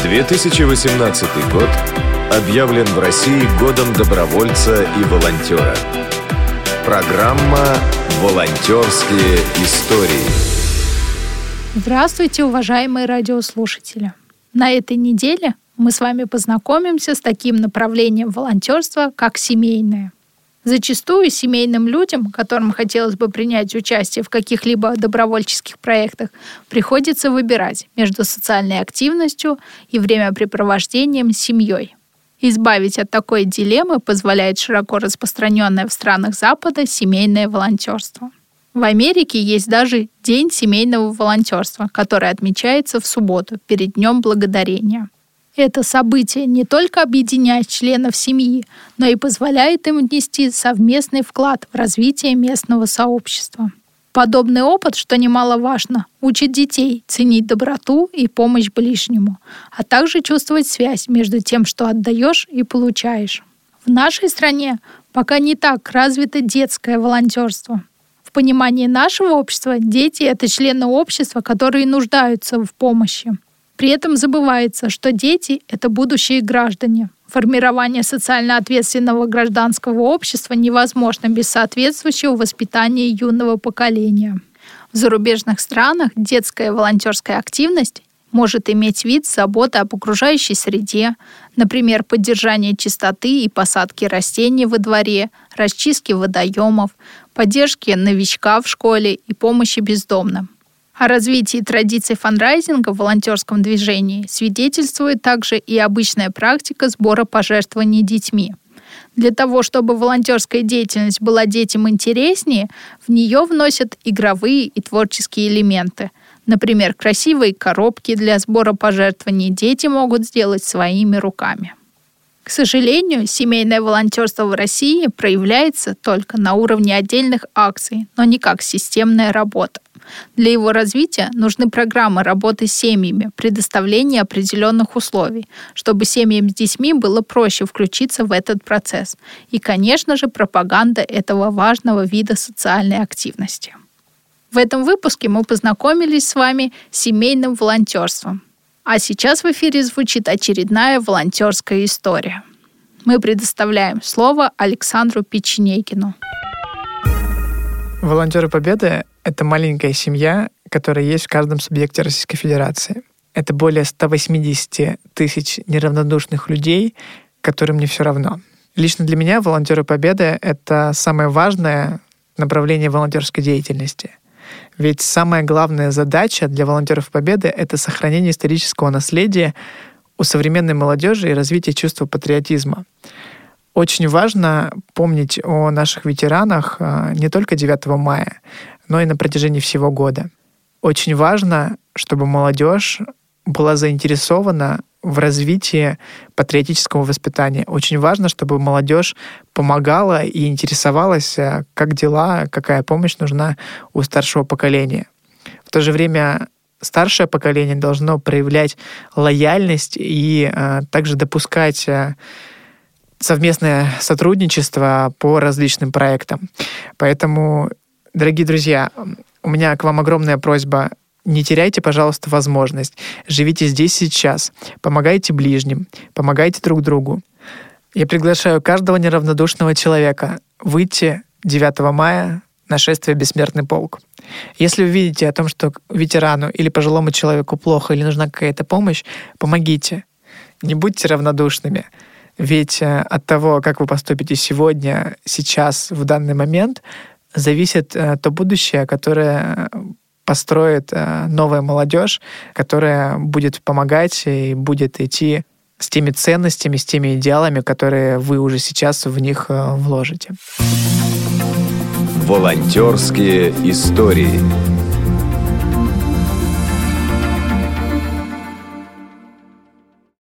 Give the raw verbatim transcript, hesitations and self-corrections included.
две тысячи восемнадцатый год объявлен в России годом добровольца и волонтера. Программа «Волонтерские истории». Здравствуйте, уважаемые радиослушатели! На этой неделе мы с вами познакомимся с таким направлением волонтерства, как семейное. Зачастую семейным людям, которым хотелось бы принять участие в каких-либо добровольческих проектах, приходится выбирать между социальной активностью и времяпрепровождением с семьей. Избавить от такой дилеммы позволяет широко распространенное в странах Запада семейное волонтерство. В Америке есть даже День семейного волонтерства, который отмечается в субботу, перед Днем Благодарения. Это событие не только объединяет членов семьи, но и позволяет им внести совместный вклад в развитие местного сообщества. Подобный опыт, что немаловажно, учит детей ценить доброту и помощь ближнему, а также чувствовать связь между тем, что отдаешь и получаешь. В нашей стране пока не так развито детское волонтерство. В понимании нашего общества дети — это члены общества, которые нуждаются в помощи. При этом забывается, что дети — это будущие граждане. Формирование социально ответственного гражданского общества невозможно без соответствующего воспитания юного поколения. В зарубежных странах детская волонтерская активность может иметь вид заботы об окружающей среде, например, поддержание чистоты и посадки растений во дворе, расчистки водоемов, поддержки новичка в школе и помощи бездомным. О развитии традиций фандрайзинга в волонтерском движении свидетельствует также и обычная практика сбора пожертвований детьми. Для того, чтобы волонтерская деятельность была детям интереснее, в нее вносят игровые и творческие элементы. Например, красивые коробки для сбора пожертвований дети могут сделать своими руками. К сожалению, семейное волонтерство в России проявляется только на уровне отдельных акций, но не как системная работа. Для его развития нужны программы работы с семьями, предоставление определенных условий, чтобы семьям с детьми было проще включиться в этот процесс. И, конечно же, пропаганда этого важного вида социальной активности. В этом выпуске мы познакомились с вами с семейным волонтерством. А сейчас в эфире звучит очередная волонтерская история. Мы предоставляем слово Александру Печенегину. Волонтеры Победы — это маленькая семья, которая есть в каждом субъекте Российской Федерации. Это более ста восьмидесяти тысяч неравнодушных людей, которым не все равно. Лично для меня волонтеры Победы — это самое важное направление волонтерской деятельности. Ведь самая главная задача для волонтеров Победы — это сохранение исторического наследия у современной молодежи и развитие чувства патриотизма. Очень важно помнить о наших ветеранах не только девятого мая, но и на протяжении всего года. Очень важно, чтобы молодежь была заинтересована в развитии патриотического воспитания. Очень важно, чтобы молодежь помогала и интересовалась, как дела, какая помощь нужна у старшего поколения. В то же время старшее поколение должно проявлять лояльность и а, также допускать а, совместное сотрудничество по различным проектам. Поэтому, дорогие друзья, у меня к вам огромная просьба: не теряйте, пожалуйста, возможность. Живите здесь сейчас. Помогайте ближним. Помогайте друг другу. Я приглашаю каждого неравнодушного человека выйти девятого мая на шествие «Бессмертный полк». Если вы видите о том, что ветерану или пожилому человеку плохо или нужна какая-то помощь, помогите. Не будьте равнодушными. Ведь от того, как вы поступите сегодня, сейчас, в данный момент, зависит то будущее, которое построит новая молодежь, которая будет помогать и будет идти с теми ценностями, с теми идеалами, которые вы уже сейчас в них вложите. Волонтерские истории.